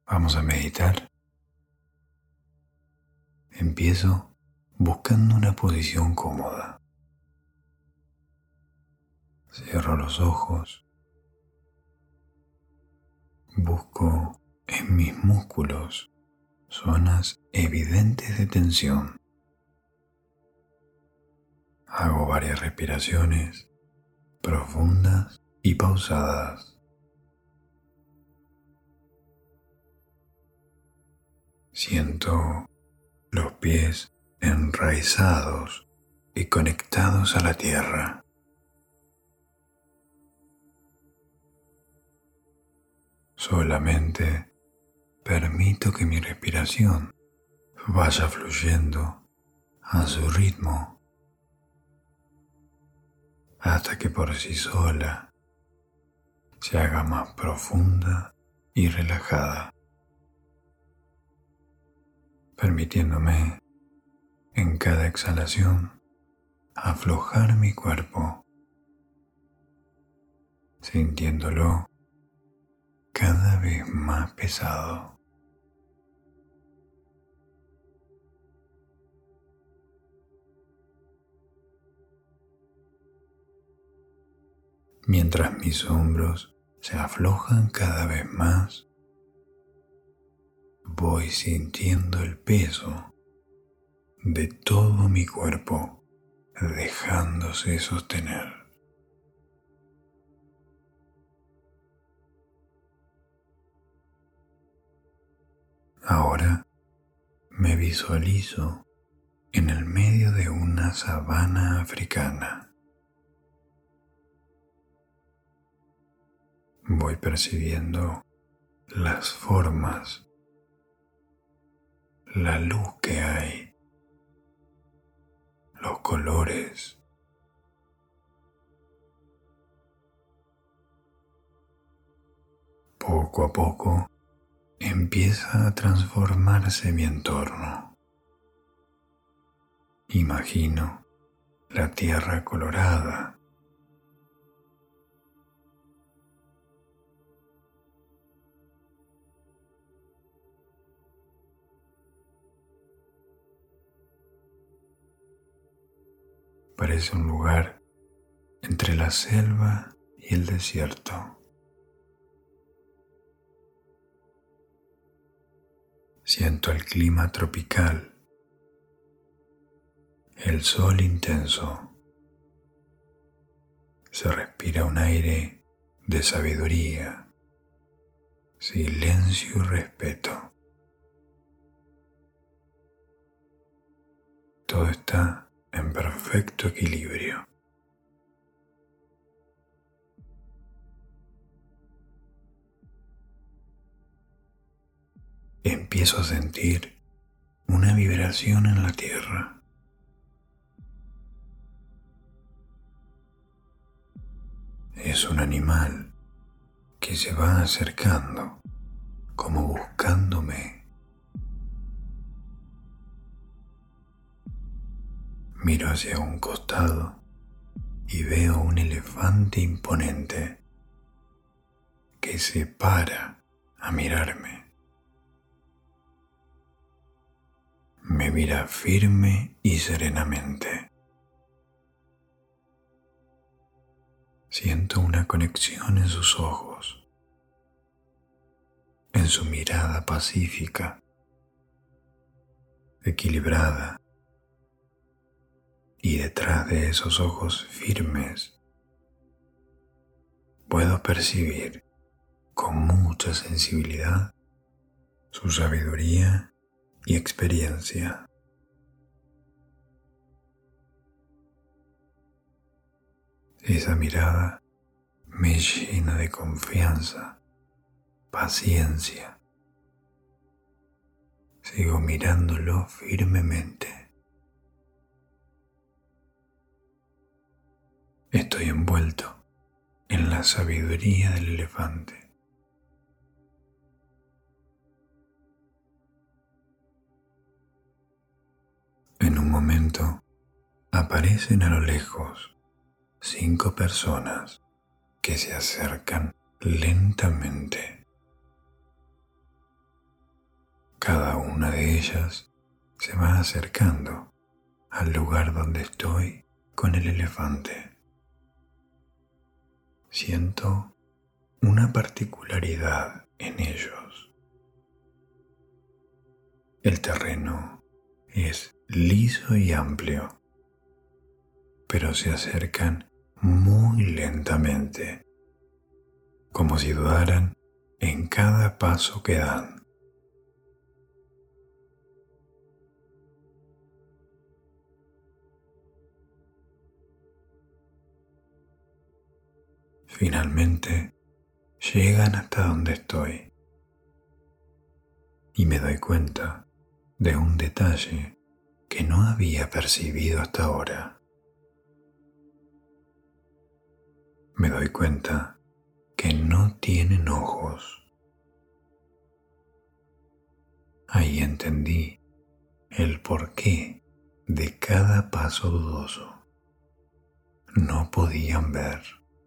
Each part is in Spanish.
Vamos a meditar. Empiezo buscando una posición cómoda. Cierro los ojos. Busco en mis músculos zonas evidentes de tensión. Hago varias respiraciones profundas y pausadas. Siento los pies enraizados y conectados a la tierra. Solamente permito que mi respiración vaya fluyendo a su ritmo hasta que por sí sola se haga más profunda y relajada, permitiéndome en cada exhalación aflojar mi cuerpo, sintiéndolo cada vez más pesado. Mientras mis hombros se aflojan cada vez más, voy sintiendo el peso de todo mi cuerpo dejándose sostener. Ahora me visualizo en el medio de una sabana africana. Voy percibiendo las formas, la luz que hay, los colores. Poco a poco empieza a transformarse mi entorno. Imagino la tierra colorada, parece un lugar entre la selva y el desierto. Siento el clima tropical, el sol intenso. Se respira un aire de sabiduría, silencio y respeto. Todo está en perfecto equilibrio. Empiezo a sentir una vibración en la tierra. Es un animal que se va acercando, como buscándome. Miro hacia un costado y veo un elefante imponente que se para a mirarme. Me mira firme y serenamente. Siento una conexión en sus ojos, en su mirada pacífica, equilibrada, y detrás de esos ojos firmes puedo percibir con mucha sensibilidad su sabiduría y experiencia. Esa mirada me llena de confianza, paciencia. Sigo mirándolo firmemente. Estoy envuelto en la sabiduría del elefante. En un momento aparecen a lo lejos 5 personas que se acercan lentamente. una de ellas se va acercando al lugar donde estoy con el elefante. Siento una particularidad en ellos. El terreno es liso y amplio, pero se acercan muy lentamente, como si dudaran en cada paso que dan. Finalmente llegan hasta donde estoy y me doy cuenta de un detalle que no había percibido hasta ahora. Me doy cuenta que no tienen ojos. Ahí entendí el porqué de cada paso dudoso. No podían ver.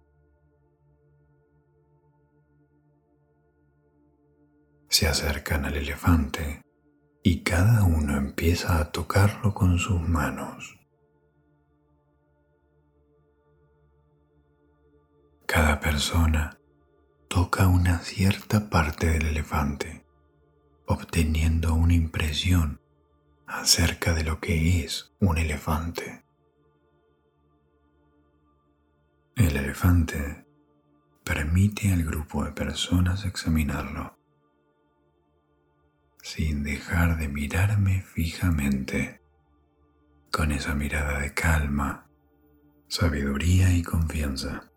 Se acercan al elefante y cada uno empieza a tocarlo con sus manos. Cada persona toca una cierta parte del elefante, obteniendo una impresión acerca de lo que es un elefante. El elefante permite al grupo de personas examinarlo, sin dejar de mirarme fijamente, con esa mirada de calma, sabiduría y confianza.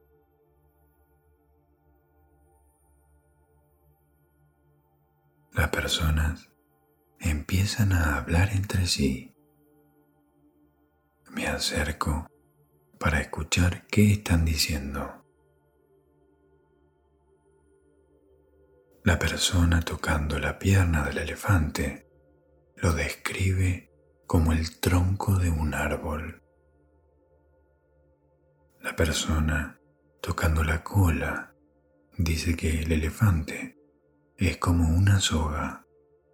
Las personas empiezan a hablar entre sí. Me acerco para escuchar qué están diciendo. La persona tocando la pierna del elefante lo describe como el tronco de un árbol. La persona tocando la cola dice que el elefante es como una soga.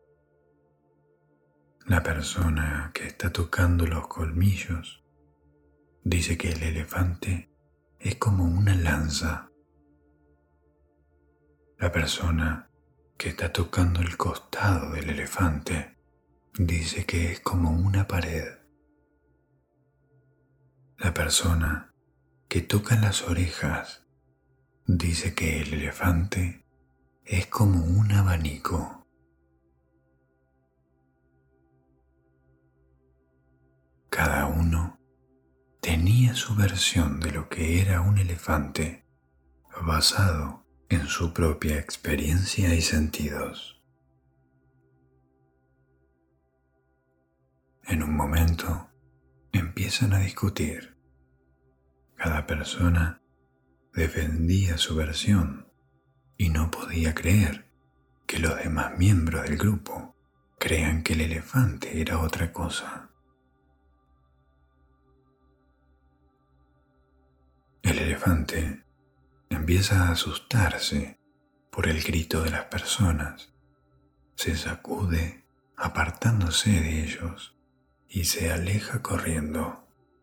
La persona que está tocando los colmillos dice que el elefante es como una lanza. La persona que está tocando el costado del elefante dice que es como una pared. La persona que toca las orejas dice que el elefante es como un abanico. Cada uno tenía su versión de lo que era un elefante, basado en su propia experiencia y sentidos. En un momento empiezan a discutir. Cada persona defendía su versión y no podía creer que los demás miembros del grupo crean que el elefante era otra cosa. El elefante empieza a asustarse por el grito de las personas, se sacude apartándose de ellos y se aleja corriendo.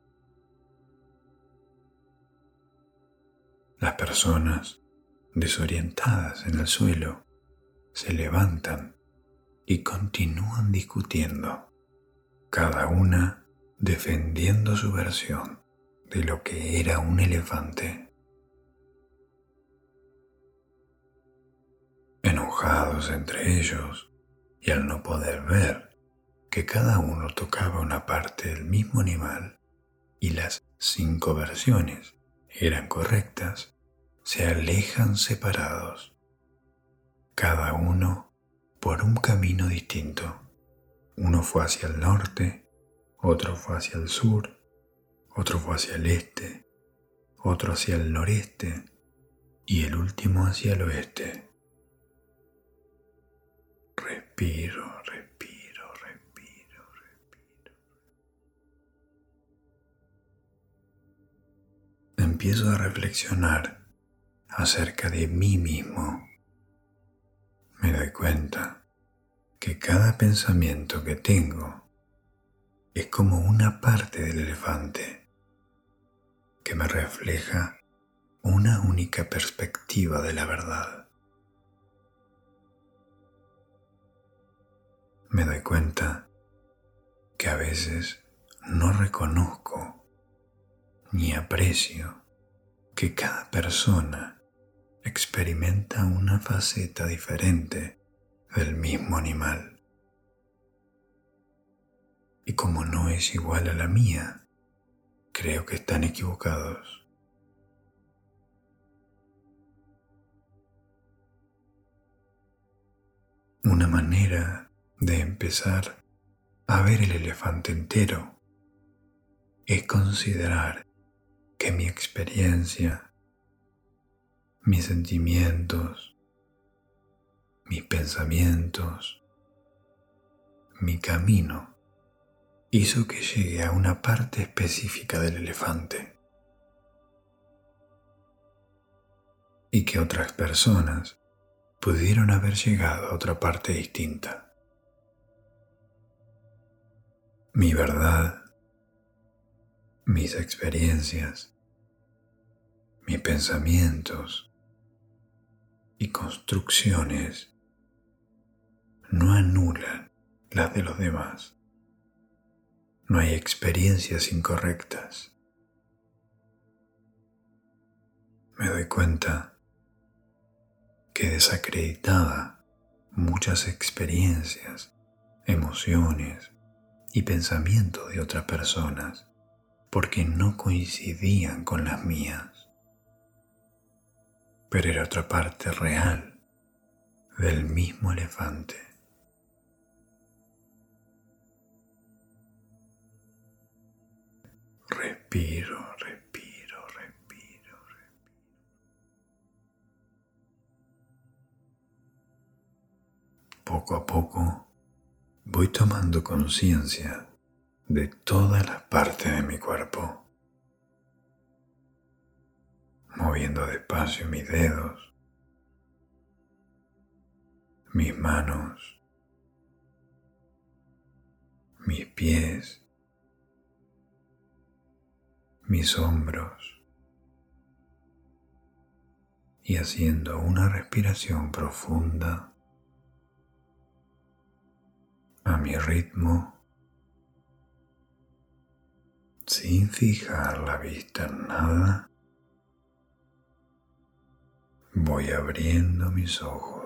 Las personas, desorientadas en el suelo, se levantan y continúan discutiendo, cada una defendiendo su versión de lo que era un elefante. Enojados entre ellos y al no poder ver que cada uno tocaba una parte del mismo animal y las 5 versiones eran correctas, se alejan separados, cada uno por un camino distinto. Uno fue hacia el norte, otro fue hacia el sur, otro fue hacia el este, otro hacia el noreste y el último hacia el oeste. Respiro, respiro, respiro, respiro. Empiezo a reflexionar acerca de mí mismo. Me doy cuenta que cada pensamiento que tengo es como una parte del elefante que me refleja una única perspectiva de la verdad. Me doy cuenta que a veces no reconozco ni aprecio que cada persona experimenta una faceta diferente del mismo animal. Y como no es igual a la mía, creo que están equivocados. Una manera de empezar a ver el elefante entero es considerar que mi experiencia, mis sentimientos, mis pensamientos, mi camino hizo que llegue a una parte específica del elefante y que otras personas pudieron haber llegado a otra parte distinta. Mi verdad, mis experiencias, mis pensamientos y construcciones no anulan las de los demás. No hay experiencias incorrectas. Me doy cuenta que desacreditaba muchas experiencias, emociones y pensamientos de otras personas porque no coincidían con las mías. Pero era otra parte real del mismo elefante. Respiro, respiro, respiro. Poco a poco voy tomando conciencia de todas las partes de mi cuerpo, moviendo despacio mis dedos, mis manos, mis pies, mis hombros y haciendo una respiración profunda a mi ritmo, sin fijar la vista en nada. Voy abriendo mis ojos.